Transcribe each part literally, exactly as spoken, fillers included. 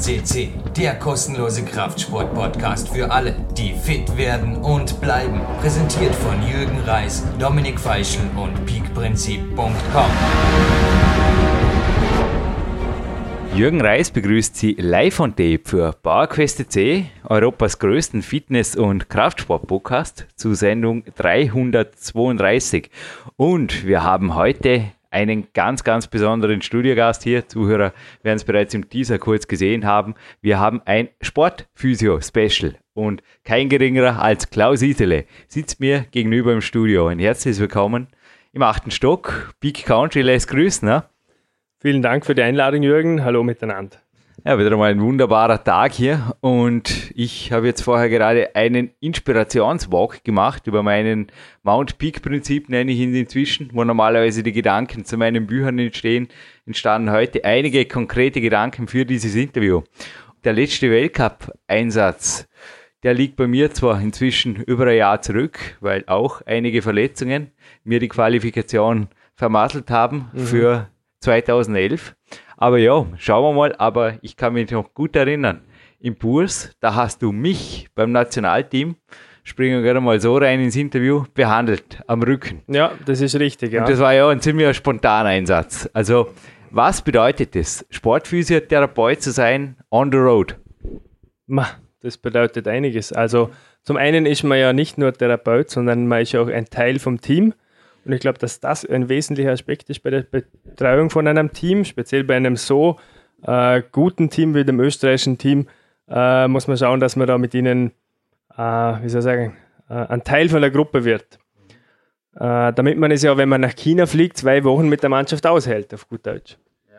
C C, der kostenlose Kraftsport-Podcast für alle, die fit werden und bleiben. Präsentiert von Jürgen Reis, Dominik Feischl und peakprinzip punkt com. Jürgen Reis begrüßt Sie live on tape für PowerQuest C C, Europas größten Fitness- und Kraftsport-Podcast, zu Sendung dreihundertzweiunddreißig. Und wir haben heute einen ganz, ganz besonderen Studiogast hier. Zuhörer werden es bereits im Teaser kurz gesehen haben. Wir haben ein Sportphysio-Special und kein geringerer als Klaus Isele sitzt mir gegenüber im Studio. Ein herzliches Willkommen im achten Stock. Peak Country lässt grüßen. Ne? Vielen Dank für die Einladung, Jürgen. Hallo miteinander. Ja, wieder einmal ein wunderbarer Tag hier und ich habe jetzt vorher gerade einen Inspirationswalk gemacht über meinen Mount Peak Prinzip, nenne ich ihn inzwischen, wo normalerweise die Gedanken zu meinen Büchern entstehen, entstanden heute einige konkrete Gedanken für dieses Interview. Der letzte Weltcup-Einsatz, der liegt bei mir zwar inzwischen über ein Jahr zurück, weil auch einige Verletzungen mir die Qualifikation vermasselt haben mhm. für zweitausendelf. Aber ja, schauen wir mal, aber ich kann mich noch gut erinnern, im Burs, da hast du mich beim Nationalteam, springen wir gerade mal so rein ins Interview, behandelt am Rücken. Ja, das ist richtig, ja. Und das war ja ein ziemlich spontaner Einsatz. Also, was bedeutet es, Sportphysiotherapeut zu sein on the road? Ma, das bedeutet einiges. Also, zum einen ist man ja nicht nur Therapeut, sondern man ist ja auch ein Teil vom Team. Und ich glaube, dass das ein wesentlicher Aspekt ist bei der Betreuung von einem Team, speziell bei einem so äh, guten Team wie dem österreichischen Team, äh, muss man schauen, dass man da mit ihnen, äh, wie soll ich sagen, äh, ein Teil von der Gruppe wird. Äh, damit man es ja, wenn man nach China fliegt, zwei Wochen mit der Mannschaft aushält, auf gut Deutsch.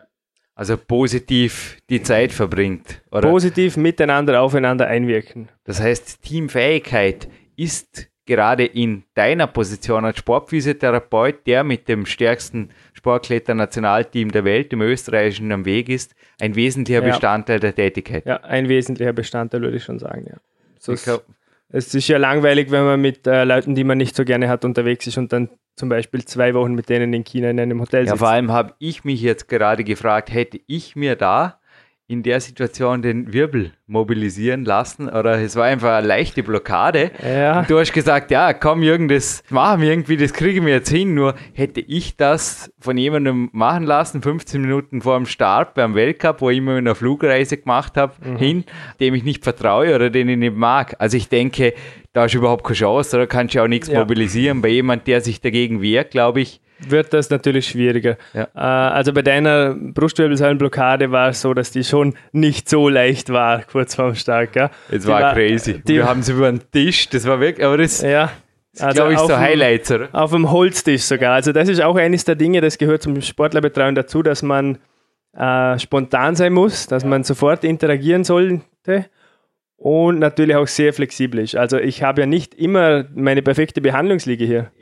Also positiv die Zeit verbringt, oder? Positiv miteinander aufeinander einwirken. Das heißt, Teamfähigkeit ist gerade in deiner Position als Sportphysiotherapeut, der mit dem stärksten Sportkletter-Nationalteam der Welt, dem österreichischen, am Weg ist, ein wesentlicher ja. Bestandteil der Tätigkeit. Ja, ein wesentlicher Bestandteil, würde ich schon sagen, ja. So es, es ist ja langweilig, wenn man mit äh, Leuten, die man nicht so gerne hat, unterwegs ist und dann zum Beispiel zwei Wochen mit denen in China in einem Hotel sitzt. Ja, vor allem habe ich mich jetzt gerade gefragt, hätte ich mir da in der Situation den Wirbel mobilisieren lassen oder es war einfach eine leichte Blockade. Ja. Und du hast gesagt, ja komm Jürgen, das machen wir irgendwie, das kriegen wir jetzt hin, nur hätte ich das von jemandem machen lassen, fünfzehn Minuten vor dem Start beim Weltcup, wo ich immer eine Flugreise gemacht habe, mhm. hin, dem ich nicht vertraue oder den ich nicht mag. Also ich denke, da ist überhaupt keine Chance, oder kannst du auch nichts ja. mobilisieren. Bei jemand, der sich dagegen wehrt, glaube ich, wird das natürlich schwieriger. Ja. Äh, also bei deiner Brustwirbelsäulenblockade war es so, dass die schon nicht so leicht war, kurz vorm Start. Ja? Es war, war crazy. Die, wir haben sie über den Tisch, das war wirklich, aber das, ja, das also glaube ich, so Highlights, oder? Auf dem Holztisch sogar. Also das ist auch eines der Dinge, das gehört zum Sportlerbetreuung dazu, dass man äh, spontan sein muss, dass ja. man sofort interagieren sollte und natürlich auch sehr flexibel ist. Also ich habe ja nicht immer meine perfekte Behandlungsliege hier.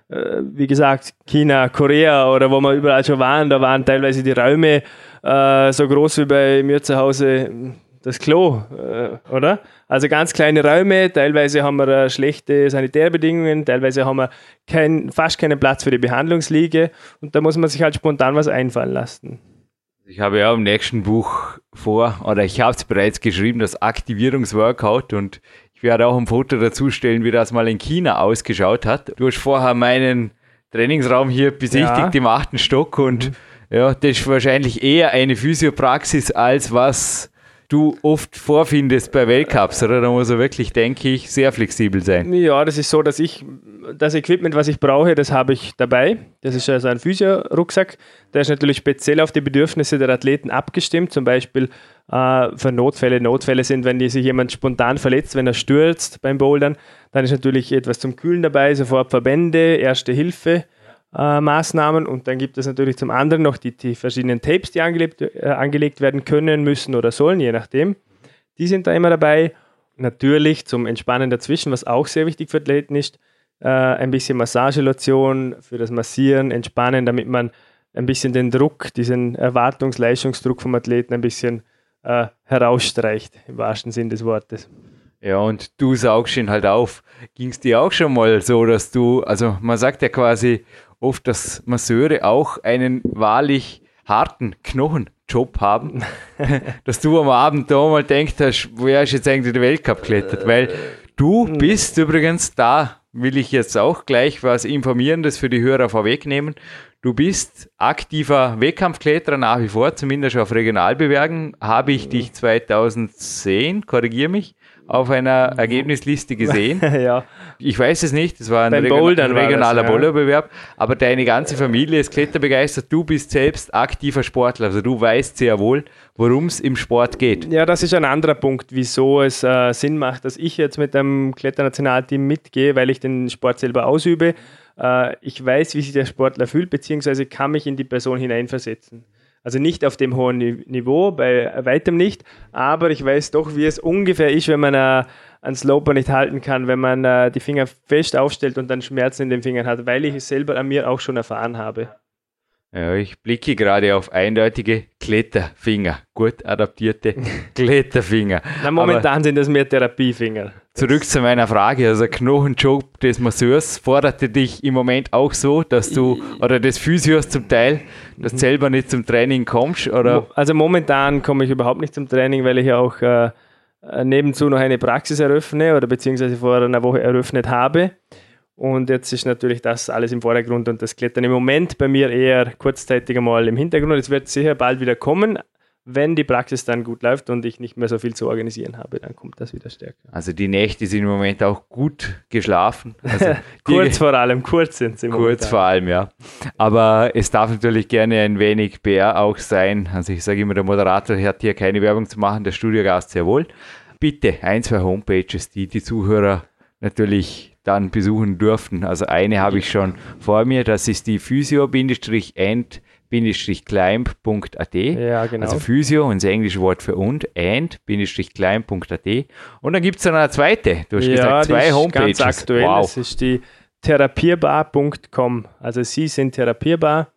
Wie gesagt, China, Korea oder wo wir überall schon waren, da waren teilweise die Räume äh, so groß wie bei mir zu Hause das Klo, äh, oder? Also ganz kleine Räume, teilweise haben wir äh, schlechte Sanitärbedingungen, teilweise haben wir kein, fast keinen Platz für die Behandlungsliege und da muss man sich halt spontan was einfallen lassen. Ich habe ja im nächsten Buch vor, oder ich habe es bereits geschrieben, das Aktivierungsworkout und ich werde auch ein Foto dazu stellen, wie das mal in China ausgeschaut hat. Du hast vorher meinen Trainingsraum hier besichtigt, ja. im achten Stock und mhm. ja, das ist wahrscheinlich eher eine Physiopraxis, als was du oft vorfindest bei Weltcups, oder? Da muss er wirklich, denke ich, sehr flexibel sein. Ja, das ist so, dass ich das Equipment, was ich brauche, das habe ich dabei. Das ist also ein Physio-Rucksack. Der ist natürlich speziell auf die Bedürfnisse der Athleten abgestimmt. Zum Beispiel äh, für Notfälle. Notfälle sind, wenn die sich jemand spontan verletzt, wenn er stürzt beim Bouldern. Dann ist natürlich etwas zum Kühlen dabei, sofort Verbände, Erste Hilfe. Äh, Maßnahmen und dann gibt es natürlich zum anderen noch die, die verschiedenen Tapes, die angelegt, äh, angelegt werden können, müssen oder sollen, je nachdem. Die sind da immer dabei. Natürlich zum Entspannen dazwischen, was auch sehr wichtig für Athleten ist, äh, ein bisschen Massagelotion für das Massieren, Entspannen, damit man ein bisschen den Druck, diesen Erwartungsleistungsdruck vom Athleten ein bisschen äh, herausstreicht, im wahrsten Sinn des Wortes. Ja, und du saugst ihn halt auf. Ging es dir auch schon mal so, dass du, also man sagt ja quasi oft, dass Masseure auch einen wahrlich harten Knochen Job haben, dass du am Abend da mal denkst, hast, wer ist jetzt eigentlich der Weltcup geklettert? Weil du bist übrigens, da will ich jetzt auch gleich was Informierendes für die Hörer vorwegnehmen. Du bist aktiver Wettkampfkletterer nach wie vor, zumindest auf Regionalbewerben. Habe ich dich zweitausendzehn, korrigiere mich, auf einer Ergebnisliste gesehen. Ja. Ich weiß es nicht, das war ein, Beim Region- Bouldern ein war regionaler das, ja. Boulderbewerb, aber deine ganze Familie ist kletterbegeistert. Du bist selbst aktiver Sportler, also du weißt sehr wohl, worum es im Sport geht. Ja, das ist ein anderer Punkt, wieso es äh, Sinn macht, dass ich jetzt mit einem Kletternationalteam mitgehe, weil ich den Sport selber ausübe. Äh, ich weiß, wie sich der Sportler fühlt, beziehungsweise kann mich in die Person hineinversetzen. Also nicht auf dem hohen Niveau, bei weitem nicht, aber ich weiß doch, wie es ungefähr ist, wenn man äh, einen Sloper nicht halten kann, wenn man äh, die Finger fest aufstellt und dann Schmerzen in den Fingern hat, weil ich es selber an mir auch schon erfahren habe. Ja, ich blicke gerade auf eindeutige Kletterfinger, gut adaptierte Kletterfinger. Na, momentan Aber sind das mehr Therapiefinger. Zurück zu meiner Frage, also Knochenjob des Masseurs forderte dich im Moment auch so, dass du, oder des Physios zum Teil, dass du selber nicht zum Training kommst? Oder? Also momentan komme ich überhaupt nicht zum Training, weil ich ja auch äh, nebenzu noch eine Praxis eröffne oder beziehungsweise vor einer Woche eröffnet habe. Und jetzt ist natürlich das alles im Vordergrund und das Klettern im Moment bei mir eher kurzzeitig einmal im Hintergrund. Es wird sicher bald wieder kommen, wenn die Praxis dann gut läuft und ich nicht mehr so viel zu organisieren habe, dann kommt das wieder stärker. Also die Nächte sind im Moment auch gut geschlafen. Also kurz vor allem, kurz sind sie im Moment. Kurz vor allem, ja. Aber es darf natürlich gerne ein wenig B R auch sein. Also ich sage immer, der Moderator hat hier keine Werbung zu machen, der Studiogast sehr wohl. Bitte ein, zwei Homepages, die die Zuhörer natürlich dann besuchen dürfen. Also eine habe ich schon vor mir, das ist die physio-and climb punkt a t. Ja, genau. Also Physio und das englische Wort für und, and-climb punkt a t. Und dann gibt es noch eine zweite. Du hast ja, gesagt, zwei die ist Homepages. Ganz aktuell, wow. Das ist die therapierbar punkt com. Also sie sind therapierbar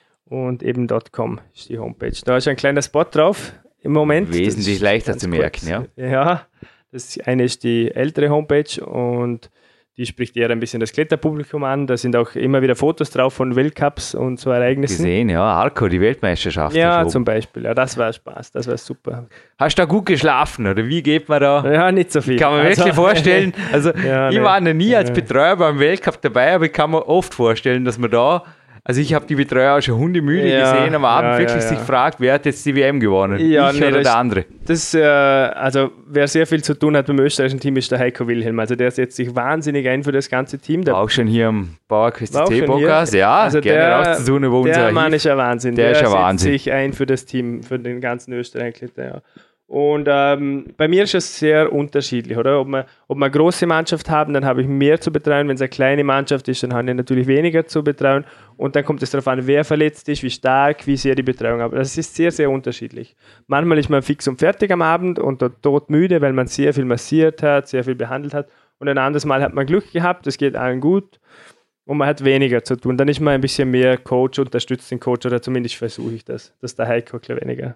und eben .com ist die Homepage. Da ist ein kleiner Spot drauf im Moment. Wesentlich leichter zu merken, kurz. ja. Ja, das eine ist die ältere Homepage und die spricht eher ein bisschen das Kletterpublikum an. Da sind auch immer wieder Fotos drauf von Weltcups und so Ereignissen. Gesehen, ja, Arco, die Weltmeisterschaft. Ja, zum Beispiel. Ja, das war Spaß, das war super. Hast du da gut geschlafen oder wie geht man da? Ja, nicht so viel. Kann man also, wirklich vorstellen, also ja, ich nee. war noch nie als Betreuer beim Weltcup dabei, aber ich kann mir oft vorstellen, dass man da, also ich habe die Betreuer auch schon hundemüde ja, gesehen am Abend, ja, wirklich ja, sich ja. fragt, wer hat jetzt die W M gewonnen? Ja, ich nee, oder das, der andere? Das, äh, also wer sehr viel zu tun hat beim österreichischen Team, ist der Heiko Wilhelm. Also der setzt sich wahnsinnig ein für das ganze Team. Der War auch schon hier im Bauerquiz war auch C schon Podcast, hier. ja, Also gerne der, rauszutun über unser Der Mann Archiv. ist ein Wahnsinn. Der, Der, ist ein setzt Wahnsinn. sich ein für das Team, für den ganzen Österreich-Kletter, ja. Und ähm, bei mir ist es sehr unterschiedlich, oder? Ob wir, ob wir eine große Mannschaft haben, dann habe ich mehr zu betreuen. Wenn es eine kleine Mannschaft ist, dann habe ich natürlich weniger zu betreuen. Und dann kommt es darauf an, wer verletzt ist, wie stark, wie sehr die Betreuung. Aber das ist sehr, sehr unterschiedlich. Manchmal ist man fix und fertig am Abend und todmüde, weil man sehr viel massiert hat, sehr viel behandelt hat. Und ein anderes Mal hat man Glück gehabt, es geht allen gut und man hat weniger zu tun. Dann ist man ein bisschen mehr Coach, unterstützt den Coach oder zumindest versuche ich das, dass der Heiko ein bisschen weniger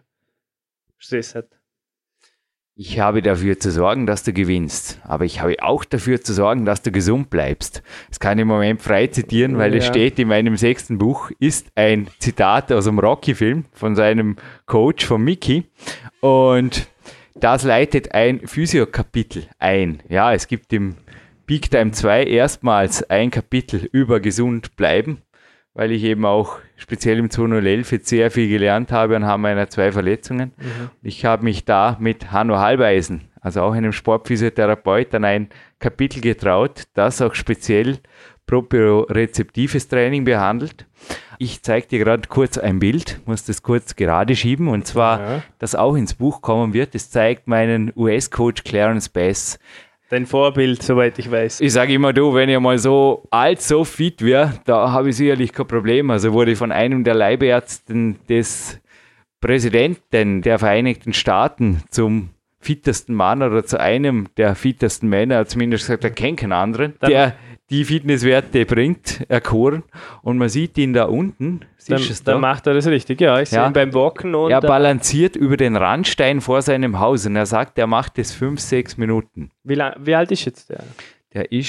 Stress hat. Ich habe dafür zu sorgen, dass du gewinnst. Aber ich habe auch dafür zu sorgen, dass du gesund bleibst. Das kann ich im Moment frei zitieren, weil ja. es steht in meinem sechsten Buch, ist ein Zitat aus dem Rocky-Film von seinem Coach, von Mickey. Und das leitet ein Physio-Kapitel ein. Ja, es gibt im Peak Time zwei erstmals ein Kapitel über gesund bleiben, weil ich eben auch speziell im zweitausendelf jetzt sehr viel gelernt habe anhand meiner zwei Verletzungen. Mhm. Ich habe mich da mit Hanno Halbeisen, also auch einem Sportphysiotherapeut, an ein Kapitel getraut, das auch speziell propriorezeptives Training behandelt. Ich zeige dir gerade kurz ein Bild, muss das kurz gerade schieben, und zwar, ja. das auch ins Buch kommen wird. Es zeigt meinen U S-Coach Clarence Bass. Dein Vorbild, soweit ich weiß. Ich sage immer, du, wenn ich mal so alt, so fit wäre, da habe ich sicherlich kein Problem. Also wurde ich von einem der Leibärzten des Präsidenten der Vereinigten Staaten zum fittesten Mann oder zu einem der fittesten Männer, zumindest gesagt, er kennt keinen anderen, dann, der die Fitnesswerte bringt, erkoren. Und man sieht ihn da unten. Dann, es dann da? macht er das richtig, ja. Ich sehe ja. ihn beim Walken. Und er balanciert über den Randstein vor seinem Haus und er sagt, er macht das fünf, sechs Minuten. Wie, lang, wie alt ist jetzt der? Der ist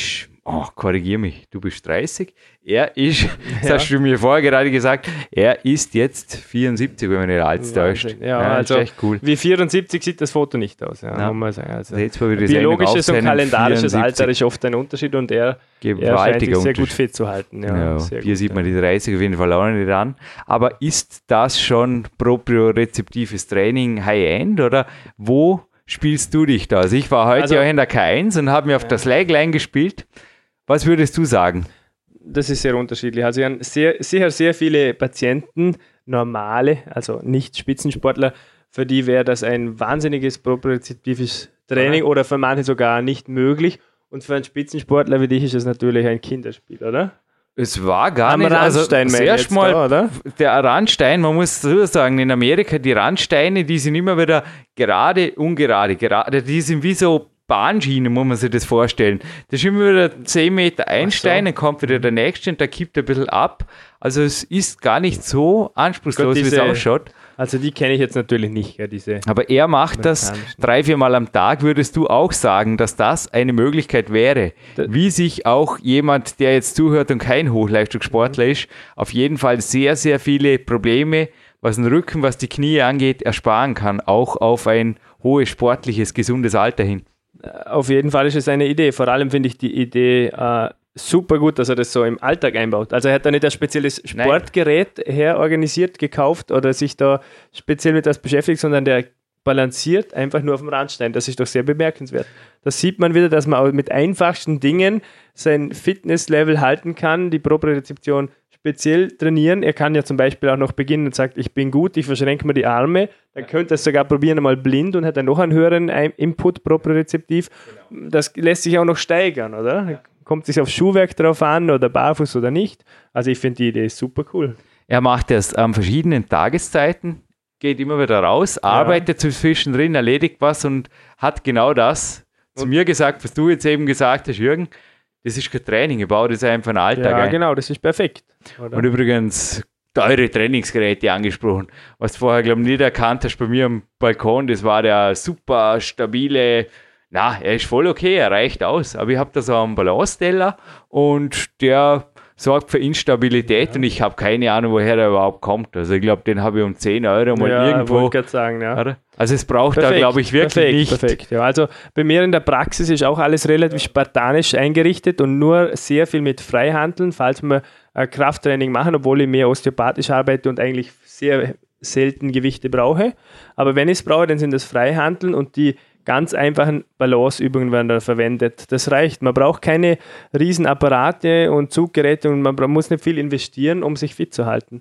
oh, korrigier mich, du bist dreißig. Er ist, das Ja. hast du mir vorher gerade gesagt, er ist jetzt vierundsiebzig, wenn man nicht alt täuscht. Wahnsinn. Ja, also das ist echt cool. wie vierundsiebzig sieht das Foto nicht aus, ja, Ja. muss man sagen. Also Jetzt, wo wir die Sendung biologisches und aufzeichnen, kalendarisches vierundsiebzig. Alter ist oft ein Unterschied und er, er scheint Gewaltiger sich sehr gut Unterschied. fit zu halten. Ja, Ja, sehr hier gut, sieht man ja. die dreißig auf jeden Fall auch nicht an. Aber ist das schon propriorezeptives Training High-End oder wo spielst du dich da? Also ich war heute Also- ja in der K eins und habe mir auf das Lagline gespielt. Was würdest du sagen? Das ist sehr unterschiedlich. Also ich habe sehr, sicher sehr viele Patienten, normale, also nicht Spitzensportler, für die wäre das ein wahnsinniges propriozeptives Training oder für manche sogar nicht möglich. Und für einen Spitzensportler wie dich ist es natürlich ein Kinderspiel, oder? Es war gar Am nicht, also Randstein meine ich zuerst jetzt mal da, oder? der Randstein, man muss so sagen, in Amerika, die Randsteine, die sind immer wieder gerade, ungerade, gerade, die sind wie so Bahnschienen, muss man sich das vorstellen. Das ist immer wieder zehn Meter ein Stein, dann kommt wieder der nächste und der kippt ein bisschen ab. Also es ist gar nicht so anspruchslos, Gott, wie es diese- ausschaut. Also die kenne ich jetzt natürlich nicht, ja, diese. Aber er macht das Amerikanischen. drei, vier Mal am Tag. Würdest du auch sagen, dass das eine Möglichkeit wäre, Da- wie sich auch jemand, der jetzt zuhört und kein Hochleistungssportler ist, auf jeden Fall sehr, sehr viele Probleme, was den Rücken, was die Knie angeht, ersparen kann, auch auf ein hohes sportliches, gesundes Alter hin? Auf jeden Fall ist es eine Idee. Vor allem finde ich die Idee äh, super gut, dass er das so im Alltag einbaut. Also er hat da nicht ein spezielles Nein. Sportgerät herorganisiert, gekauft oder sich da speziell mit das beschäftigt, sondern der balanciert einfach nur auf dem Randstein. Das ist doch sehr bemerkenswert. Das sieht man wieder, dass man auch mit einfachsten Dingen sein Fitnesslevel halten kann, die Propriozeption speziell trainieren. Er kann ja zum Beispiel auch noch beginnen und sagt, ich bin gut, ich verschränke mir die Arme. Dann könnte er es sogar probieren, einmal blind und hat dann noch einen höheren Ein- Input propriozeptiv. Das lässt sich auch noch steigern, oder? Kommt sich aufs Schuhwerk drauf an oder barfuß oder nicht. Also ich finde die Idee super cool. Er macht das an verschiedenen Tageszeiten, geht immer wieder raus, arbeitet zwischendrin, erledigt was und hat genau das zu mir gesagt, was du jetzt eben gesagt hast, Jürgen. Das ist kein Training, ich baue das einfach in den Alltag Ja, ein. genau, das ist perfekt. Oder? Und übrigens teure Trainingsgeräte angesprochen. Was du vorher, glaube ich, nicht erkannt hast bei mir am Balkon, das war der super stabile, na, er ist voll okay, er reicht aus. Aber ich habe da so einen Balancesteller und der sorgt für Instabilität und ich habe keine Ahnung, woher der überhaupt kommt. Also ich glaube, den habe ich um zehn Euro mal ja, irgendwo. wollte gerade sagen, ja. Oder? Also es braucht da, Perfekt, glaube ich, wirklich perfekt, nicht. Perfekt, ja. Also bei mir in der Praxis ist auch alles relativ spartanisch eingerichtet und nur sehr viel mit Freihandeln, falls wir äh, Krafttraining machen, obwohl ich mehr osteopathisch arbeite und eigentlich sehr selten Gewichte brauche. Aber wenn ich es brauche, dann sind das Freihandeln und die ganz einfachen Balanceübungen werden da verwendet. Das reicht. Man braucht keine riesen Apparate und Zuggeräte und man bra- muss nicht viel investieren, um sich fit zu halten.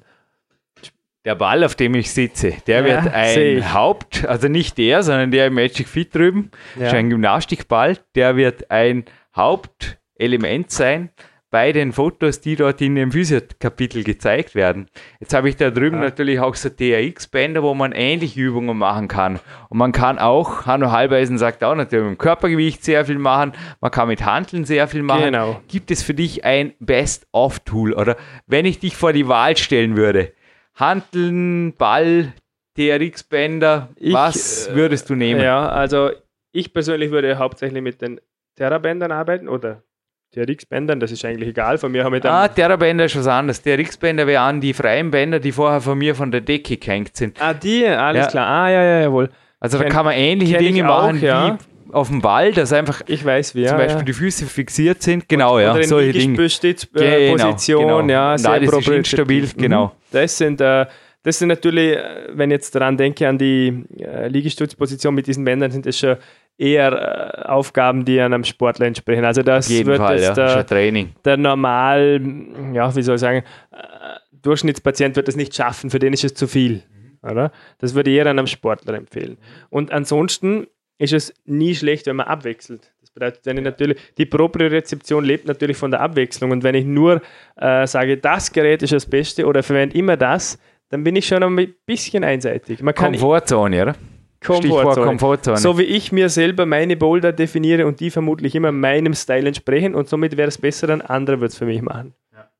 Der Ball, auf dem ich sitze, der Ja, wird seh ich. ein Haupt, also nicht der, sondern der im Magic Fit drüben, Ja. ist ein Gymnastikball, der wird ein Hauptelement sein bei den Fotos, die dort in dem Physio-Kapitel gezeigt werden. Jetzt habe ich da drüben Ja. natürlich auch so T R X-Bänder, wo man ähnliche Übungen machen kann. Und man kann auch, Hanno Halbeisen sagt auch natürlich, mit dem Körpergewicht sehr viel machen, man kann mit Hanteln sehr viel machen. Genau. Gibt es für dich ein Best-of-Tool? Oder wenn ich dich vor die Wahl stellen würde, Hanteln, Ball, T R X-Bänder, Ich, was äh, würdest du nehmen? Ja, also ich persönlich würde hauptsächlich mit den Terra-Bändern arbeiten oder T R X-Bändern, das ist eigentlich egal. Von mir haben wir dann. Ah, Terra-Bänder ist was anderes. T R X-Bänder wären die freien Bänder, die vorher von mir von der Decke gehängt sind. Ah, die, alles Ja. klar. Ah, ja, ja, jawohl. Also da Kenn- kann man ähnliche kenn ich Dinge auch, machen ja. wie auf dem Ball, dass einfach Ich weiß, wie. zum ja, Beispiel ja. die Füße fixiert sind. Genau, ja, Oder in solche Dinge. Liegestützposition, Genau, genau. ja, Und sehr alles ist propriozeptiv. instabil, genau. Mhm. Das sind, äh, das sind natürlich, äh, wenn ich jetzt daran denke, an die äh, Liegestützposition mit diesen Bändern, sind das schon eher äh, Aufgaben, die einem Sportler entsprechen. Also das Auf jeden wird Fall, ja, jetzt ist der, ein Training. der normal, ja, wie soll ich sagen, äh, Durchschnittspatient wird das nicht schaffen, für den ist es zu viel. Oder? Das würde ich eher einem Sportler empfehlen. Und ansonsten ist es nie schlecht, wenn man abwechselt. Das bedeutet, wenn ich natürlich, die Propriorezeption lebt natürlich von der Abwechslung. Und wenn ich nur äh, sage, das Gerät ist das Beste oder verwende immer das, dann bin ich schon ein bisschen einseitig. Man kann Komfortzone, oder? Stichwort Komfortzone. Komfortzone. So wie ich mir selber meine Boulder definiere und die vermutlich immer meinem Style entsprechen und somit wäre es besser, dann andere wird es für mich machen.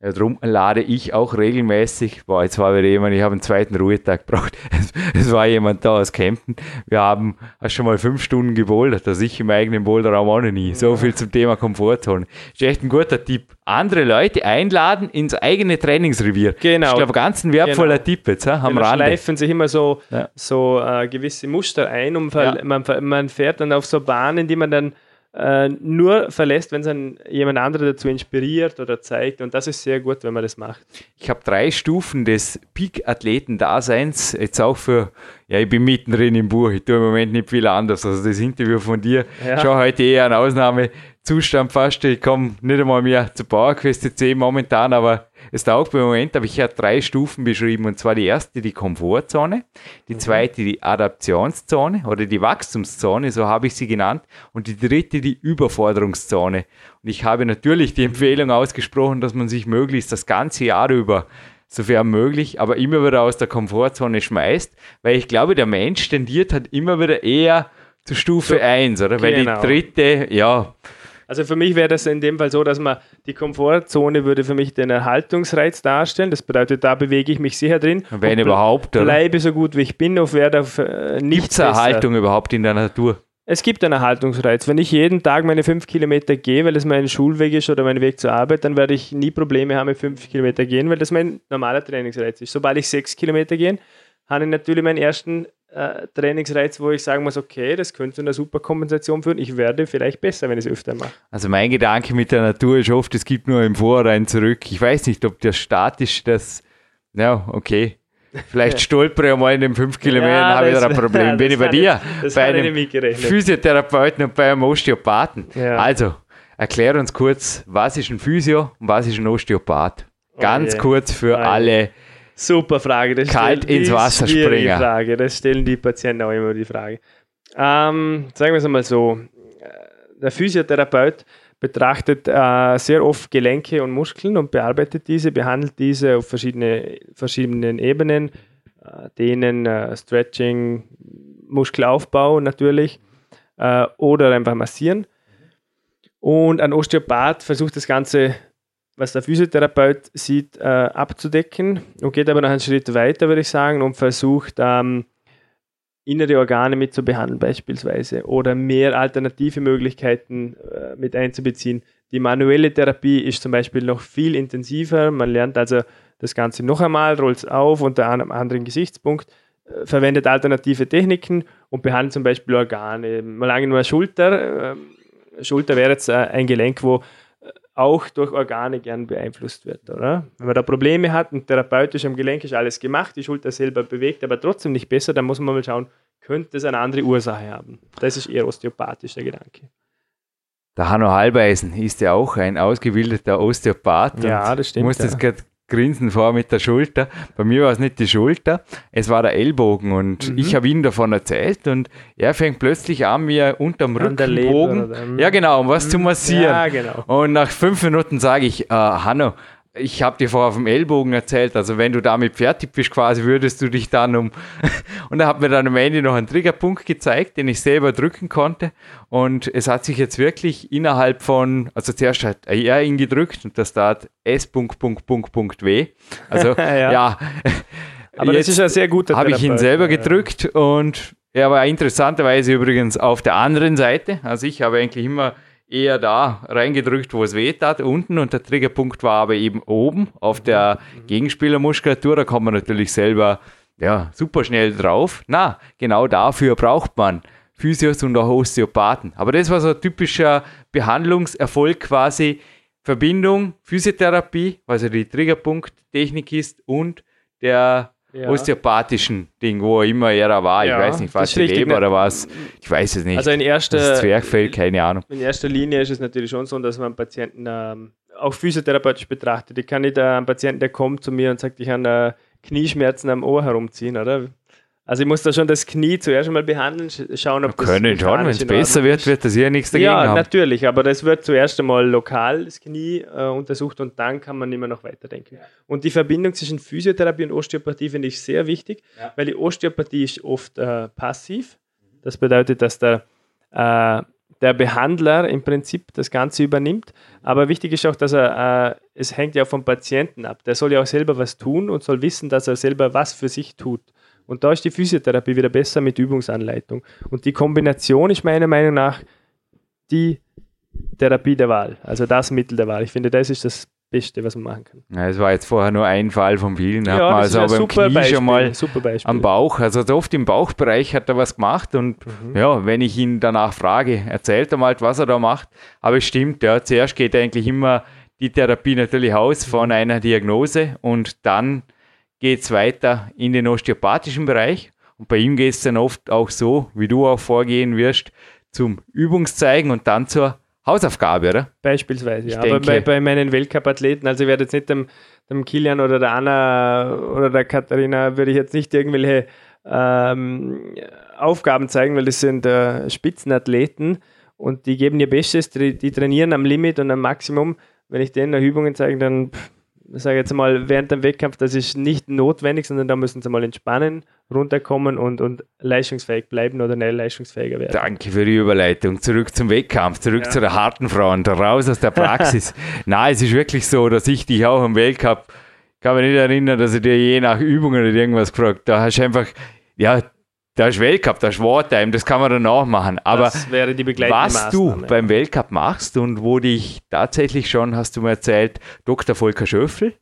Ja, darum lade ich auch regelmäßig, boah, jetzt war wieder jemand, ich habe einen zweiten Ruhetag gebraucht, es, es war jemand da aus Kempten, wir haben hast schon mal fünf Stunden gebouldert, also ich im eigenen Boulderraum auch noch nie, so viel zum Thema Komfortzone. Ist echt ein guter Tipp. Andere Leute einladen ins eigene Trainingsrevier. Genau. Ich glaube, ganz ein wertvoller genau. Tipp jetzt, am genau, Rande. schleifen sich immer so, ja. so äh, gewisse Muster ein und ver- Ja. man, man fährt dann auf so Bahnen, die man dann äh, nur verlässt, wenn es dann jemand anderes dazu inspiriert oder zeigt, und das ist sehr gut, wenn man das macht. Ich habe drei Stufen des Peak-Athleten-Daseins, jetzt auch für, ja, ich bin mittendrin im Buch, ich tue im Moment nicht viel anders, also das Interview von dir, Ja. schon heute eher ein Ausnahmezustand fast, ich komme nicht einmal mehr zur PowerQuest C C momentan, aber es taugt im Moment, aber ich habe drei Stufen beschrieben, und zwar die erste, die Komfortzone, die zweite, die Adaptionszone oder die Wachstumszone, so habe ich sie genannt, und die dritte, die Überforderungszone. Und ich habe natürlich die Empfehlung ausgesprochen, dass man sich möglichst das ganze Jahr über, sofern möglich, aber immer wieder aus der Komfortzone schmeißt, weil ich glaube, der Mensch tendiert halt immer wieder eher zur Stufe So, eins, oder? Weil genau. die dritte, ja, Also für mich wäre das in dem Fall so, dass man die Komfortzone würde für mich den Erhaltungsreiz darstellen. Das bedeutet, da bewege ich mich sicher drin. wenn und überhaupt, oder? Bleibe so gut wie ich bin und werde auf äh, nicht Gibt es eine Haltung überhaupt in der Natur? Es gibt einen Erhaltungsreiz. Wenn ich jeden Tag meine fünf Kilometer gehe, weil es mein Schulweg ist oder mein Weg zur Arbeit, dann werde ich nie Probleme haben mit fünf Kilometer gehen, weil das mein normaler Trainingsreiz ist. Sobald ich sechs Kilometer gehe, habe ich natürlich meinen ersten äh, Trainingsreiz, wo ich sagen muss, okay, das könnte zu einer super Kompensation führen. Ich werde vielleicht besser, wenn ich es öfter mache. Also mein Gedanke mit der Natur ist oft, es gibt nur im Vorrein zurück. Ich weiß nicht, ob der statisch das, ja, okay. Vielleicht stolpere ich mal in den fünf Kilometern, Ja, habe ich das- wieder ein Problem. ja, Bin das ich bei hat dir? ich- das bei hat ich einem nicht mitgerechnet. Physiotherapeuten und bei einem Osteopathen. Ja. Also, erklär uns kurz, was ist ein Physio und was ist ein Osteopath? Ganz je. kurz für Oh je. alle. Super Frage. Das Kalt stellen- ins die Wasser schwierige springen. Frage. Das stellen die Patienten auch immer die Frage. Ähm, sagen wir es einmal so. Der Physiotherapeut betrachtet äh, sehr oft Gelenke und Muskeln und bearbeitet diese, behandelt diese auf verschiedene, verschiedenen Ebenen. Äh, Dehnen, äh, Stretching, Muskelaufbau natürlich äh, oder einfach massieren. Und ein Osteopath versucht das Ganze, was der Physiotherapeut sieht, äh, abzudecken und geht aber noch einen Schritt weiter, würde ich sagen, und versucht, ähm, innere Organe mit zu behandeln beispielsweise oder mehr alternative Möglichkeiten äh, mit einzubeziehen. Die manuelle Therapie ist zum Beispiel noch viel intensiver. Man lernt also das Ganze noch einmal, rollt es auf unter einem anderen Gesichtspunkt, äh, verwendet alternative Techniken und behandelt zum Beispiel Organe. Mal lange nur Schulter. Äh, Schulter wäre jetzt äh, ein Gelenk, wo auch durch Organe gern beeinflusst wird, oder? Wenn man da Probleme hat und therapeutisch am Gelenk ist alles gemacht, die Schulter selber bewegt, aber trotzdem nicht besser, dann muss man mal schauen, könnte es eine andere Ursache haben. Das ist eher osteopathisch der Gedanke. Der Hanno Halbeisen ist ja auch ein ausgebildeter Osteopath. Ja, und das stimmt, Ich muss ja. das gerade grinsen vor mit der Schulter. Bei mir war es nicht die Schulter, es war der Ellbogen, und Mhm. ich habe ihm davon erzählt und er fängt plötzlich an, mir unterm An der Leber Rückenbogen, oder- mhm. ja genau, um was zu massieren. Ja, genau. Und nach fünf Minuten sage ich, äh, Hanno, ich habe dir vorher vom Ellbogen erzählt, also wenn du damit fertig bist quasi, würdest du dich dann um... Und er hat mir dann am Ende noch einen Triggerpunkt gezeigt, den ich selber drücken konnte, und es hat sich jetzt wirklich innerhalb von, also zuerst hat er ihn gedrückt und das tat S. W. Also Ja. ja, Aber das ist ein sehr guter habe ich ihn Therapeut, selber ja. gedrückt, und er war interessanterweise übrigens auf der anderen Seite, also ich habe eigentlich immer eher da reingedrückt, wo es weh tat, unten, und der Triggerpunkt war aber eben oben auf der Gegenspielermuskulatur. Da kommt man natürlich selber ja, super schnell drauf. Na, genau dafür braucht man Physios und auch Osteopathen. Aber das war so ein typischer Behandlungserfolg quasi, Verbindung Physiotherapie, was ja die Triggerpunkttechnik ist, und der Ja. osteopathischen Ding, wo immer er war. Ja, ich weiß nicht, das was ist die richtig, Leber ne? oder was. Ich weiß es nicht. Also in erster, das Zwerchfell, keine Ahnung. in erster Linie ist es natürlich schon so, dass man Patienten ähm, auch physiotherapeutisch betrachtet. Ich kann nicht äh, einen Patienten, der kommt zu mir und sagt, ich habe äh, Knieschmerzen am Ohr herumziehen, oder? Also ich muss da schon das Knie zuerst einmal behandeln, sch- schauen, ob das Können schon, wenn mechanisch es in besser Ordnung wird, ist. wird das ja nichts dagegen Ja, haben. natürlich, aber das wird zuerst einmal lokal, das Knie, äh, untersucht, und dann kann man immer noch weiterdenken. Und die Verbindung zwischen Physiotherapie und Osteopathie finde ich sehr wichtig, weil die Osteopathie ist oft äh, passiv. Das bedeutet, dass der, äh, der Behandler im Prinzip das Ganze übernimmt. Aber wichtig ist auch, dass er, äh, es hängt ja vom Patienten ab. Der soll ja auch selber was tun und soll wissen, dass er selber was für sich tut. Und da ist die Physiotherapie wieder besser mit Übungsanleitung. Und die Kombination ist meiner Meinung nach die Therapie der Wahl, also das Mittel der Wahl. Ich finde, das ist das Beste, was man machen kann. Ja, es war jetzt vorher nur ein Fall von vielen. Da ja, hat man das also ist beim Knie Beispiel, schon mal super am Bauch, also oft im Bauchbereich hat er was gemacht und mhm. ja, wenn ich ihn danach frage, erzählt er mal, was er da macht. Aber es stimmt, ja, zuerst geht eigentlich immer die Therapie natürlich aus von einer Diagnose und dann geht es weiter in den osteopathischen Bereich. Und bei ihm geht es dann oft auch so, wie du auch vorgehen wirst, zum Übungszeigen und dann zur Hausaufgabe, oder? Beispielsweise, ich ja. Denke, aber bei, bei meinen Weltcup-Athleten, also ich werde jetzt nicht dem, dem Kilian oder der Anna oder der Katharina, würde ich jetzt nicht irgendwelche ähm, Aufgaben zeigen, weil das sind äh, Spitzenathleten und die geben ihr Bestes, die, die trainieren am Limit und am Maximum. Wenn ich denen Übungen zeige, dann sage ich jetzt mal, während dem Wettkampf, das ist nicht notwendig, sondern da müssen sie mal entspannen, runterkommen und, und leistungsfähig bleiben oder schnell leistungsfähiger werden. Danke für die Überleitung. Zurück zum Wettkampf, zurück ja. zu der harten Front, raus aus der Praxis. Nein, es ist wirklich so, dass ich dich auch im Weltcup, kann mich nicht erinnern, dass ich dir je nach Übungen oder irgendwas gefragt, da hast du einfach, ja, da ist Weltcup, da ist Wartime, das kann man dann auch machen. Aber das wäre die begleitende was Maßnahme. du beim Weltcup machst und wo dich tatsächlich schon, hast du mir erzählt, Doktor Volker Schöffel,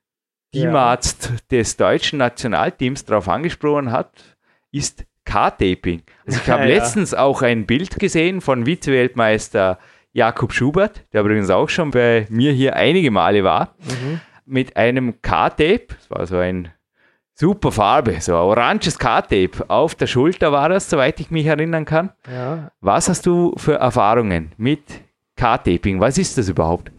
Teamarzt ja. des deutschen Nationalteams, darauf angesprochen hat, ist K-Taping. Also ich habe ja. letztens auch ein Bild gesehen von Vize-Weltmeister Jakob Schubert, der übrigens auch schon bei mir hier einige Male war, mhm. mit einem K-Tape, das war so ein super Farbe, so ein oranges K-Tape. Auf der Schulter war das, soweit ich mich erinnern kann. Ja. Was hast du für Erfahrungen mit K-Taping? Was ist das überhaupt?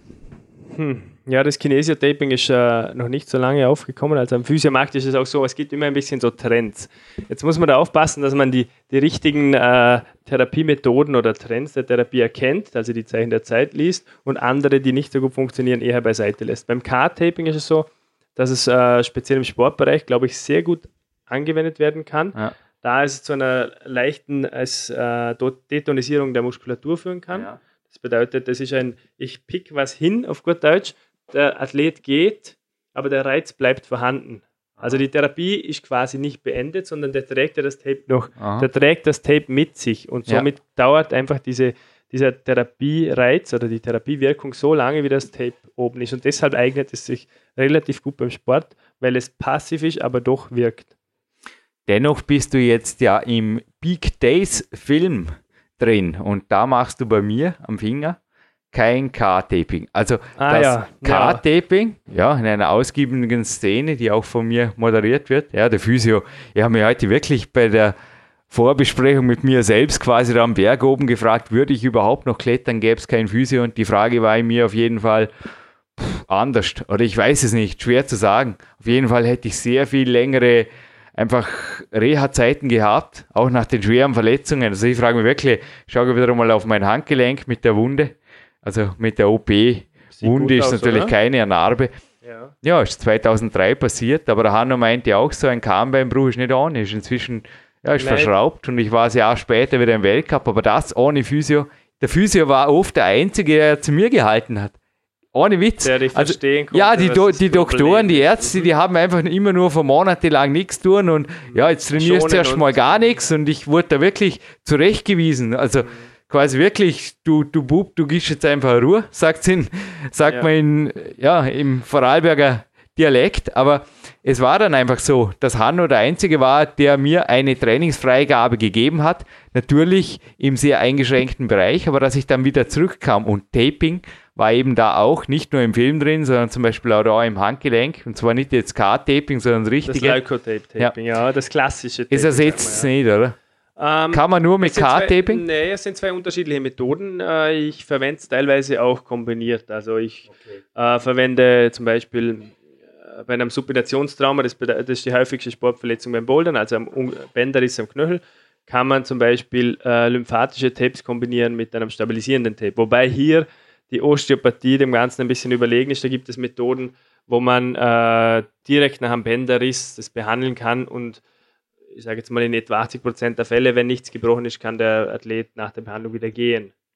Hm. Ja, das Kinesio-Taping ist äh, noch nicht so lange aufgekommen. Also am Physiomarkt ist es auch so, es gibt immer ein bisschen so Trends. Jetzt muss man da aufpassen, dass man die, die richtigen äh, Therapiemethoden oder Trends der Therapie erkennt, also die Zeichen der Zeit liest und andere, die nicht so gut funktionieren, eher beiseite lässt. Beim K-Taping ist es so, dass es äh, speziell im Sportbereich, glaube ich, sehr gut angewendet werden kann, ja. da es zu einer leichten als, äh, Detonisierung der Muskulatur führen kann. Ja. Das bedeutet, das ist ein, ich pick was hin, auf gut Deutsch, der Athlet geht, aber der Reiz bleibt vorhanden. Also die Therapie ist quasi nicht beendet, sondern der trägt ja das Tape noch, Aha. der trägt das Tape mit sich und somit ja. dauert einfach diese dieser Therapiereiz oder die Therapiewirkung so lange, wie das Tape oben ist. Und deshalb eignet es sich relativ gut beim Sport, weil es passiv ist, aber doch wirkt. Dennoch bist du jetzt ja im Peak Days Film drin und da machst du bei mir am Finger kein K-Taping. Also ah, das ja. K-Taping, ja, in einer ausgiebigen Szene, die auch von mir moderiert wird. Ja, der Physio, ich habe mich heute wirklich bei der Vorbesprechung mit mir selbst quasi da am Berg oben gefragt, würde ich überhaupt noch klettern, gäbe es kein Physio? Und die Frage war in mir auf jeden Fall pff, anders. Oder ich weiß es nicht, schwer zu sagen. Auf jeden Fall hätte ich sehr viel längere einfach Reha-Zeiten gehabt, auch nach den schweren Verletzungen. Also ich frage mich wirklich, schaue wieder mal auf mein Handgelenk mit der Wunde, also mit der O P. Sieht Wunde ist aus, natürlich oder? Keine Narbe. Ja. ja, ist zweitausenddrei passiert, aber der Hanno meinte auch so, ein Kahnbeinbruch ist nicht ohne, ist inzwischen ja, ist Nein. verschraubt und ich war ein Jahr später wieder im Weltcup, aber das ohne Physio. Der Physio war oft der Einzige, der zu mir gehalten hat. Ohne Witz. Der dich also, verstehen konnte, ja, die, Do- die Doktoren, die Ärzte, die haben einfach immer nur von monatelang nichts tun und ja, jetzt trainierst du erst mal gar nichts und ich wurde da wirklich zurechtgewiesen. Also mhm. quasi wirklich, du, du Bub, du gibst jetzt einfach Ruhe, sagt's in, sagt ja. man in, ja, im Vorarlberger Dialekt, aber es war dann einfach so, dass Hanno der Einzige war, der mir eine Trainingsfreigabe gegeben hat, natürlich im sehr eingeschränkten Bereich, aber dass ich dann wieder zurückkam und Taping war eben da auch, nicht nur im Film drin, sondern zum Beispiel auch da im Handgelenk und zwar nicht jetzt K-Taping, sondern das richtige. Das Leukotape-Taping, ja. ja, das klassische Taping. Es ersetzt es nicht, oder? Ähm, Kann man nur mit K-Taping? Nein, es sind zwei unterschiedliche Methoden. Ich verwende es teilweise auch kombiniert. Also ich okay. äh, verwende zum Beispiel bei einem Supinationstrauma, das, das ist die häufigste Sportverletzung beim Bouldern, also am Bänderriss am Knöchel, kann man zum Beispiel äh, lymphatische Tapes kombinieren mit einem stabilisierenden Tape. Wobei hier die Osteopathie dem Ganzen ein bisschen überlegen ist. Da gibt es Methoden, wo man äh, direkt nach einem Bänderriss das behandeln kann und ich sage jetzt mal in etwa achtzig Prozent der Fälle, wenn nichts gebrochen ist, kann der Athlet nach der Behandlung wieder gehen.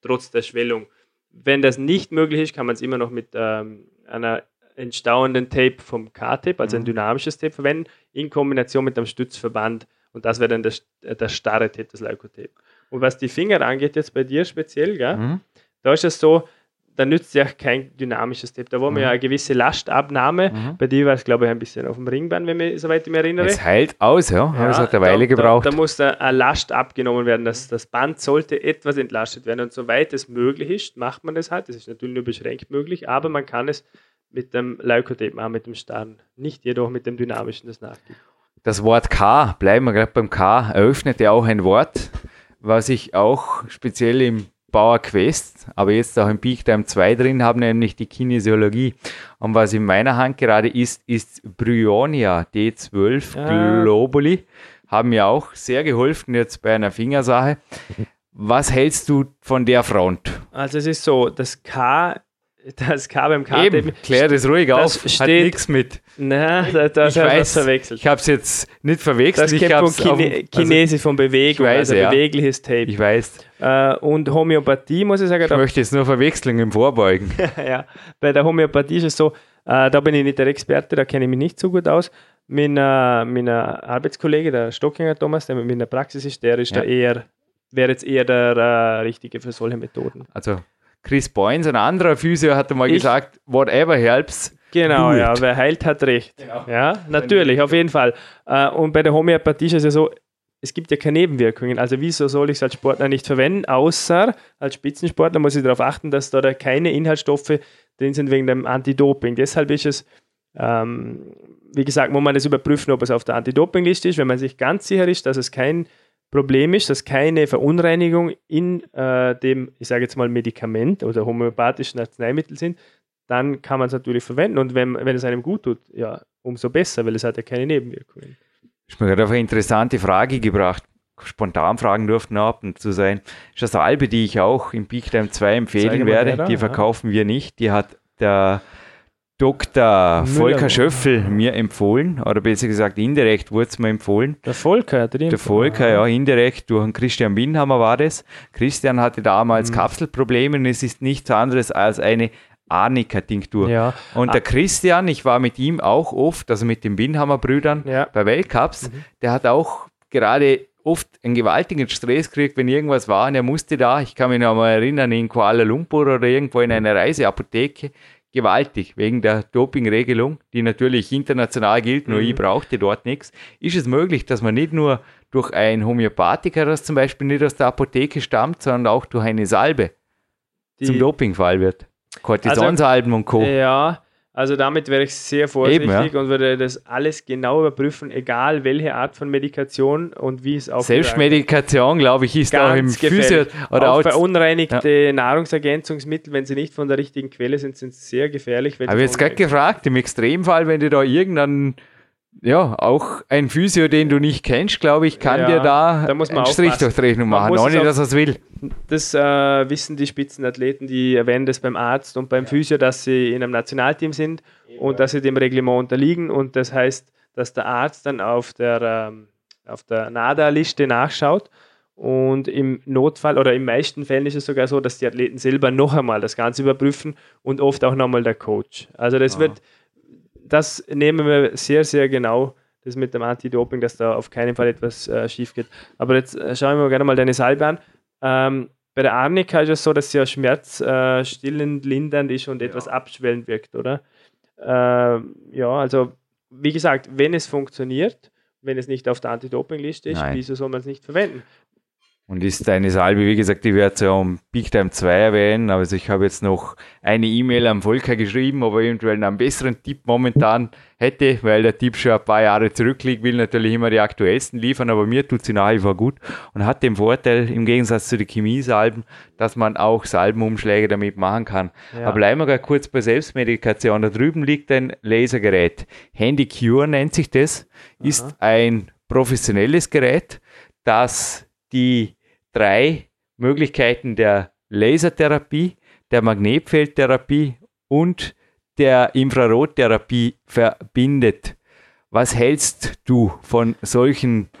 trotz der Schwellung. Wenn das nicht möglich ist, kann man es immer noch mit ähm, einer entstauenden Tape vom K-Tape, also ein dynamisches Tape verwenden, in Kombination mit einem Stützverband. Und das wäre dann das, das starre Tape, das Leukotape. Und was die Finger angeht, jetzt bei dir speziell, gell, mhm. da ist es so, da nützt ja kein dynamisches Tape. Da war mhm. ja eine gewisse Lastabnahme. Mhm. Bei dir war es, glaube ich, ein bisschen auf dem Ringband, wenn ich soweit ich mich erinnere. Es heilt aus, ja. ja es hat eine Weile da, gebraucht. Da, da muss da eine Last abgenommen werden. Das, das Band sollte etwas entlastet werden. Und soweit es möglich ist, macht man das halt. Das ist natürlich nur beschränkt möglich, aber man kann es mit dem Leukotape machen, mit dem starren. Nicht jedoch mit dem dynamischen, das nachgibt. Das Wort K, bleiben wir gerade beim K, eröffnet ja auch ein Wort, was ich auch speziell im Power Quest, aber jetzt auch im Peak Time zwei drin haben, nämlich die Kinesiologie. Und was in meiner Hand gerade ist, ist Bryonia D zwölf ja. Globuli. Haben mir auch sehr geholfen jetzt bei einer Fingersache. Was hältst du von der Front? Also es ist so, das K, das K beim K... Eben, klär das ruhig das auf, steht, hat nichts mit... Nein, da, da ich weiß, verwechselt. Ich habe es jetzt nicht verwechselt. Das ich kennt von Kine, Chinesisch von Bewegung, weiß, also ja. bewegliches Tape. Ich weiß. Äh, und Homöopathie, muss ich sagen... Ich da möchte jetzt nur Verwechslungen vorbeugen. Ja, bei der Homöopathie ist es so, äh, da bin ich nicht der Experte, da kenne ich mich nicht so gut aus. Mein, äh, mein Arbeitskollege, der Stockinger Thomas, der mit mir in der Praxis ist, der ist ja. da eher, wäre jetzt eher der äh, Richtige für solche Methoden. Also Chris Boynes, ein anderer Physio, hat mal ich, gesagt, whatever helps. Genau, ja, wer heilt, hat recht. Genau. Ja, natürlich, auf jeden Fall. Uh, und bei der Homöopathie ist es ja so, es gibt ja keine Nebenwirkungen. Also wieso soll ich es als Sportler nicht verwenden, außer als Spitzensportler muss ich darauf achten, dass da, da keine Inhaltsstoffe drin sind wegen dem Anti-Doping. Deshalb ist es, ähm, wie gesagt, muss man das überprüfen, ob es auf der Anti-Doping-Liste ist. Wenn man sich ganz sicher ist, dass es kein Problem ist, dass keine Verunreinigung in äh, dem, ich sage jetzt mal, Medikament oder homöopathischen Arzneimittel sind, dann kann man es natürlich verwenden. Und wenn, wenn es einem gut tut, ja, umso besser, weil es hat ja keine Nebenwirkungen. Ich habe mir gerade auf eine interessante Frage gebracht. Spontanfragen durften ab und zu sein. Das ist eine Salbe, die ich auch im Peak Time zwei empfehlen werde. Da, die verkaufen ja. wir nicht. Die hat der Doktor Müller, Volker Schöffel mir empfohlen, oder besser gesagt indirekt wurde es mir empfohlen. Der Volker hat Der Volker, ja, indirekt durch einen Christian Winhammer war das. Christian hatte damals mhm. Kapselprobleme und es ist nichts anderes als eine Arnika-Tinktur. Ja. Und der Christian, ich war mit ihm auch oft, also mit den Winhammer-Brüdern ja. bei Weltcups, mhm. der hat auch gerade oft einen gewaltigen Stress gekriegt, wenn irgendwas war und er musste da, ich kann mich noch mal erinnern, in Kuala Lumpur oder irgendwo in einer Reiseapotheke, gewaltig, wegen der Dopingregelung, die natürlich international gilt, nur mhm. ich brauchte dort nichts, ist es möglich, dass man nicht nur durch ein Homöopathiker, das zum Beispiel nicht aus der Apotheke stammt, sondern auch durch eine Salbe die zum Dopingfall wird. Cortisonsalben also, und Co. Ja, also damit wäre ich sehr vorsichtig Eben, ja. und würde das alles genau überprüfen, egal welche Art von Medikation und wie es auch... Selbstmedikation, glaube ich, ist auch im Physio... Oder auch verunreinigte ja. Nahrungsergänzungsmittel, wenn sie nicht von der richtigen Quelle sind, sind sehr gefährlich. Habe ich jetzt gerade gefragt, im Extremfall, wenn du da irgendeinen... Ja, auch ein Physio, den du nicht kennst, glaube ich, kann ja, dir da, da muss man einen Strich durch die Rechnung machen, ohne dass er es will. Das äh, wissen die Spitzenathleten, die erwähnen das beim Arzt und beim ja. Physio, dass sie in einem Nationalteam sind ja. und dass sie dem Reglement unterliegen. Und das heißt, dass der Arzt dann auf der, ähm, auf der NADA-Liste nachschaut. Und im Notfall oder in meisten Fällen ist es sogar so, dass die Athleten selber noch einmal das Ganze überprüfen und oft auch nochmal der Coach. Also das ja. wird... Das nehmen wir sehr, sehr genau, das mit dem Anti-Doping, dass da auf keinen Fall etwas äh, schief geht. Aber jetzt äh, schauen wir gerne mal deine Salbe an. Ähm, bei der Arnika ist es so, dass sie ja schmerzstillend, äh, lindernd ist und ja. etwas abschwellend wirkt, oder? Äh, ja, also wie gesagt, wenn es funktioniert, wenn es nicht auf der Anti-Doping-Liste ist, Nein. wieso soll man es nicht verwenden? Und ist deine Salbe, wie gesagt, die wird ja um Peak Time zwei erwähnen, also ich habe jetzt noch eine E-Mail am Volker geschrieben, ob er eventuell einen besseren Tipp momentan hätte, weil der Tipp schon ein paar Jahre zurückliegt, will natürlich immer die aktuellsten liefern, aber mir tut sie nach wie vor gut und hat den Vorteil, im Gegensatz zu den Chemiesalben, dass man auch Salbenumschläge damit machen kann. Ja. Aber bleiben wir gerade kurz bei Selbstmedikation. Da drüben liegt ein Lasergerät. HandyCure nennt sich das, Aha. ist ein professionelles Gerät, das die drei Möglichkeiten der Lasertherapie, der Magnetfeldtherapie und der Infrarottherapie verbindet. Was hältst du von solchen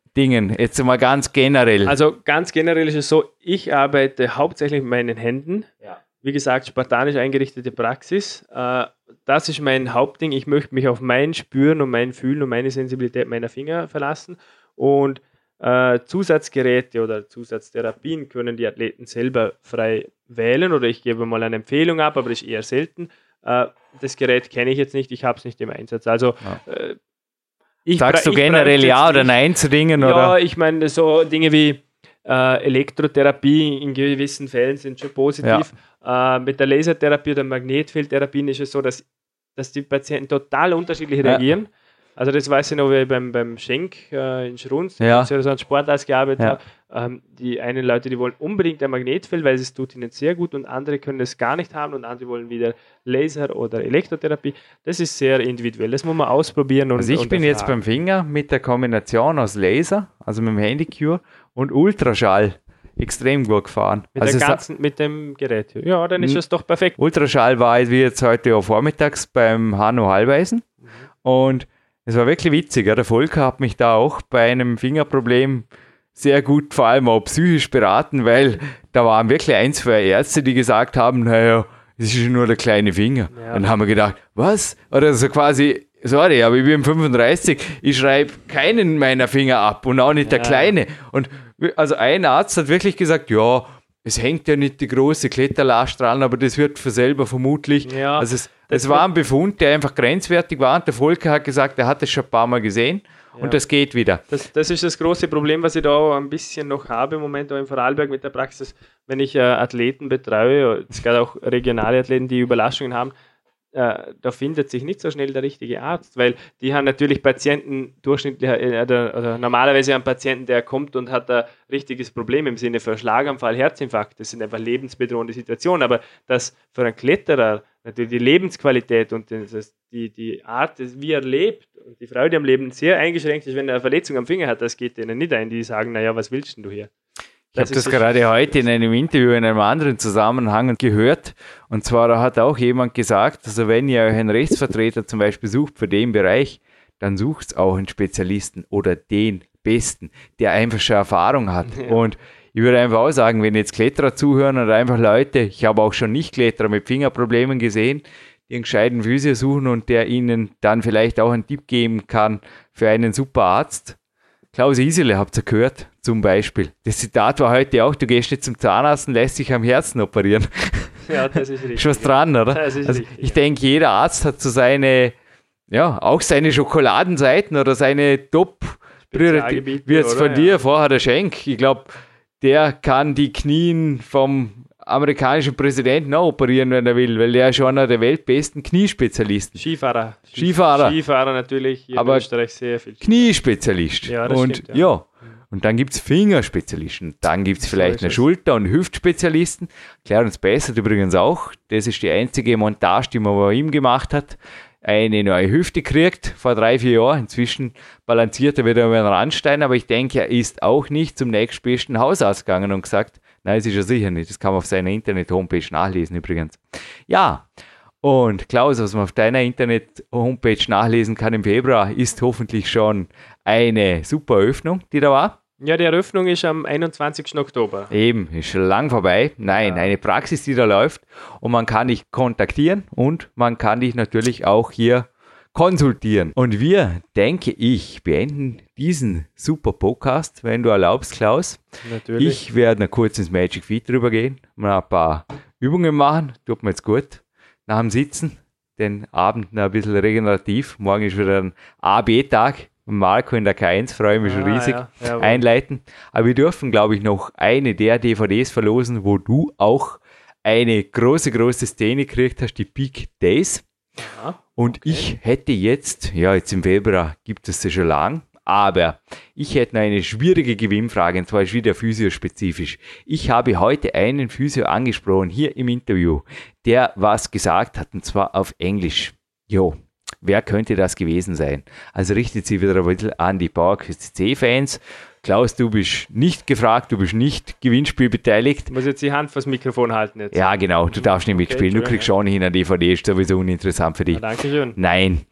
Dingen? Jetzt mal ganz generell. Also ganz generell ist es so, ich arbeite hauptsächlich mit meinen Händen. Ja. Wie gesagt, spartanisch eingerichtete Praxis. Äh, das ist mein Hauptding. Ich möchte mich auf mein Spüren und mein Fühlen und meine Sensibilität meiner Finger verlassen. Und äh, Zusatzgeräte oder Zusatztherapien können die Athleten selber frei wählen oder ich gebe mal eine Empfehlung ab, aber das ist eher selten. Äh, das Gerät kenne ich jetzt nicht, ich habe es nicht im Einsatz. Also ja. äh, Ich Sagst du generell ja oder nein zu Dingen? Ja, oder? ich meine, so Dinge wie äh, Elektrotherapie in gewissen Fällen sind schon positiv. Ja. Äh, mit der Lasertherapie oder Magnetfeldtherapie ist es so, dass, dass die Patienten total unterschiedlich reagieren. Ja. Also das weiß ich noch, wie ich beim, beim Schenk äh, in Schrunz, ja. so einen Sportarzt gearbeitet ja. habe. Ähm, die einen Leute, die wollen unbedingt ein Magnetfeld, weil es tut ihnen sehr gut und andere können es gar nicht haben und andere wollen wieder Laser oder Elektrotherapie. Das ist sehr individuell, das muss man ausprobieren. Und, also ich und bin jetzt beim Finger mit der Kombination aus Laser, also mit dem Handicure und Ultraschall extrem gut gefahren. Mit, also der ganzen, mit dem Gerät. Ja, dann ist das doch perfekt. Ultraschall war wie jetzt heute ja vormittags beim Hanno Hallweisen mhm. und es war wirklich witzig. Ja. Der Volker hat mich da auch bei einem Fingerproblem sehr gut, vor allem auch psychisch beraten, weil da waren wirklich ein, zwei Ärzte, die gesagt haben, naja, es ist nur der kleine Finger. Ja. Dann haben wir gedacht, was? Oder so quasi, sorry, aber ich bin fünfunddreißig, ich schreibe keinen meiner Finger ab und auch nicht ja. der kleine. Und also ein Arzt hat wirklich gesagt, ja, es hängt ja nicht die große Kletterlast dran, aber das wird für selber vermutlich. Ja, also es, es war ein Befund, der einfach grenzwertig war und der Volker hat gesagt, er hat es schon ein paar Mal gesehen. Ja. Und das geht wieder. Das, das ist das große Problem, was ich da auch ein bisschen noch habe im Moment auch in Vorarlberg mit der Praxis, wenn ich äh, Athleten betreue, es gibt auch regionale Athleten, die Überlaschungen haben, äh, da findet sich nicht so schnell der richtige Arzt, weil die haben natürlich Patienten durchschnittlich, äh, oder, oder normalerweise einen Patienten, der kommt und hat ein richtiges Problem im Sinne für Schlaganfall, Herzinfarkt, das sind einfach lebensbedrohende Situationen, aber das für einen Kletterer natürlich die Lebensqualität und das, die, die Art, wie er lebt und die Freude am Leben sehr eingeschränkt ist, wenn er eine Verletzung am Finger hat, das geht denen nicht ein. Die sagen, naja, was willst denn du hier? Ich habe das gerade heute in einem Interview in einem anderen Zusammenhang gehört. Und zwar, da hat auch jemand gesagt, also wenn ihr euch einen Rechtsvertreter zum Beispiel sucht für den Bereich, dann sucht auch einen Spezialisten oder den Besten, der einfach schon Erfahrung hat. Ja. Und ich würde einfach auch sagen, wenn jetzt Kletterer zuhören oder einfach Leute, ich habe auch schon Nicht-Kletterer mit Fingerproblemen gesehen, die einen gescheiten Physio suchen und der ihnen dann vielleicht auch einen Tipp geben kann für einen super Arzt. Klaus Isele, habt ihr gehört, zum Beispiel. Das Zitat war heute auch, du gehst nicht zum Zahnarzt und lässt dich am Herzen operieren. Ja, das ist richtig. Ist was dran, oder? Das ist also richtig, ich ja. denke, jeder Arzt hat so seine, ja, auch seine Schokoladenseiten oder seine Top-Priorität. Wie jetzt von ja. dir vorher der Schenk. Ich glaube, der kann die Knien vom amerikanischen Präsidenten auch operieren, wenn er will, weil der ist schon einer der weltbesten Kniespezialisten. Skifahrer. Skifahrer. Skifahrer natürlich, hier aber in Österreich sehr viel. Kniespezialist. Ja, das und stimmt, ja. ja. Und dann gibt es Fingerspezialisten, dann gibt es vielleicht eine Schulter- und Hüftspezialisten. Clarence Bass hat übrigens auch, das ist die einzige Montage, die man bei ihm gemacht hat, eine neue Hüfte kriegt, vor drei, vier Jahren. Inzwischen balanciert er wieder über den Randstein, aber ich denke, er ist auch nicht zum nächstbesten Hausarzt gegangen und gesagt, nein, das ist er sicher nicht. Das kann man auf seiner Internet-Homepage nachlesen übrigens. Ja, und Klaus, was man auf deiner Internet-Homepage nachlesen kann im Februar, ist hoffentlich schon eine super Eröffnung, die da war. Ja, die Eröffnung ist am einundzwanzigsten Oktober. Eben, ist schon lang vorbei. Nein, ja. Eine Praxis, die da läuft und man kann dich kontaktieren und man kann dich natürlich auch hier konsultieren. Und wir, denke ich, beenden diesen super Podcast, wenn du erlaubst, Klaus. Natürlich. Ich werde noch kurz ins Magic Feet drüber gehen, mal ein paar Übungen machen, tut mir jetzt gut. Nach dem Sitzen, den Abend noch ein bisschen regenerativ. Morgen ist wieder ein A B Tag. Marco in der K eins, freue mich schon ah, riesig, ja. einleiten. Aber wir dürfen, glaube ich, noch eine der D V Ds verlosen, wo du auch eine große, große Szene gekriegt hast, die Peak Days. Ja, und okay. Ich hätte jetzt, ja, jetzt im Februar gibt es das schon lang, aber ich hätte noch eine schwierige Gewinnfrage, und zwar ist wieder physiospezifisch. Ich habe heute einen Physio angesprochen, hier im Interview, der was gesagt hat, und zwar auf Englisch. Jo. Wer könnte das gewesen sein? Also richtet sie wieder ein bisschen an die PowerQuest C C-Fans. Klaus, du bist nicht gefragt, du bist nicht Gewinnspiel beteiligt. Du musst jetzt die Hand vors Mikrofon halten jetzt. Ja, genau, du darfst nicht mitspielen. Okay, du kriegst schon hin eine D V D, ist sowieso uninteressant für dich. Ja, danke schön. Nein,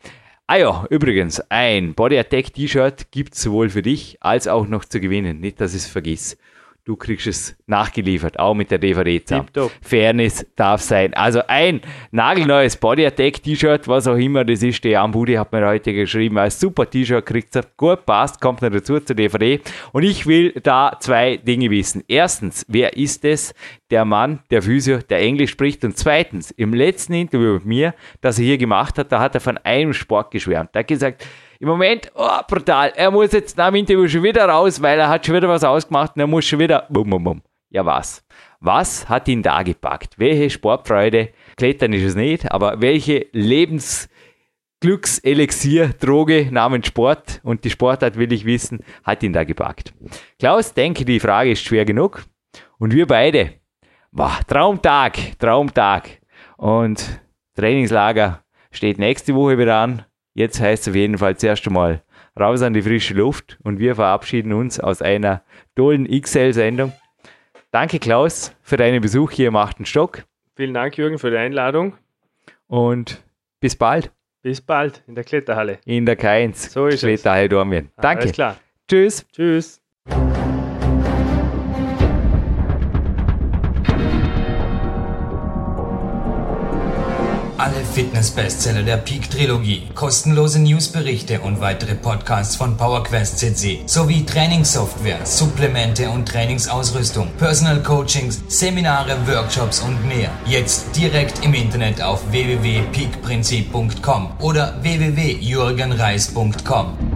Ah ja, übrigens, ein Body Attack T-Shirt gibt es sowohl für dich als auch noch zu gewinnen. Nicht, dass ich es vergiss. Du kriegst es nachgeliefert, auch mit der D V D zusammen. Fairness darf sein. Also ein nagelneues Body Attack T-Shirt, was auch immer das ist. Der Jan Budi hat mir heute geschrieben, als super T-Shirt kriegt es. Gut, passt, kommt noch dazu zur D V D. Und ich will da zwei Dinge wissen. Erstens, wer ist es? Der Mann, der Physio, der Englisch spricht. Und zweitens, im letzten Interview mit mir, das er hier gemacht hat, da hat er von einem Sport geschwärmt. Er hat gesagt, im Moment, oh, brutal, er muss jetzt nach dem Interview schon wieder raus, weil er hat schon wieder was ausgemacht und er muss schon wieder, bum, bum, bum. Ja, was? Was hat ihn da gepackt? Welche Sportfreude? Klettern ist es nicht, aber welche Lebensglückselixier, Droge namens Sport, und die Sportart will ich wissen, hat ihn da gepackt? Klaus, denke, die Frage ist schwer genug. Und wir beide, boah, Traumtag, Traumtag. Und Trainingslager steht nächste Woche wieder an. Jetzt heißt es auf jeden Fall zuerst einmal raus an die frische Luft und wir verabschieden uns aus einer tollen X L-Sendung. Danke Klaus für deinen Besuch hier im achten Stock. Vielen Dank Jürgen für die Einladung. Und bis bald. Bis bald in der Kletterhalle. In der K eins. So ist Kletterhalle es. Dormien. Danke. Alles klar. Tschüss. Tschüss. Alle Fitness-Bestseller der Peak-Trilogie, kostenlose Newsberichte und weitere Podcasts von PowerQuest C C sowie Trainingssoftware, Supplemente und Trainingsausrüstung, Personal Coachings, Seminare, Workshops und mehr. Jetzt direkt im Internet auf w w w punkt peak prinzip punkt com oder w w w punkt jürgen reis punkt com.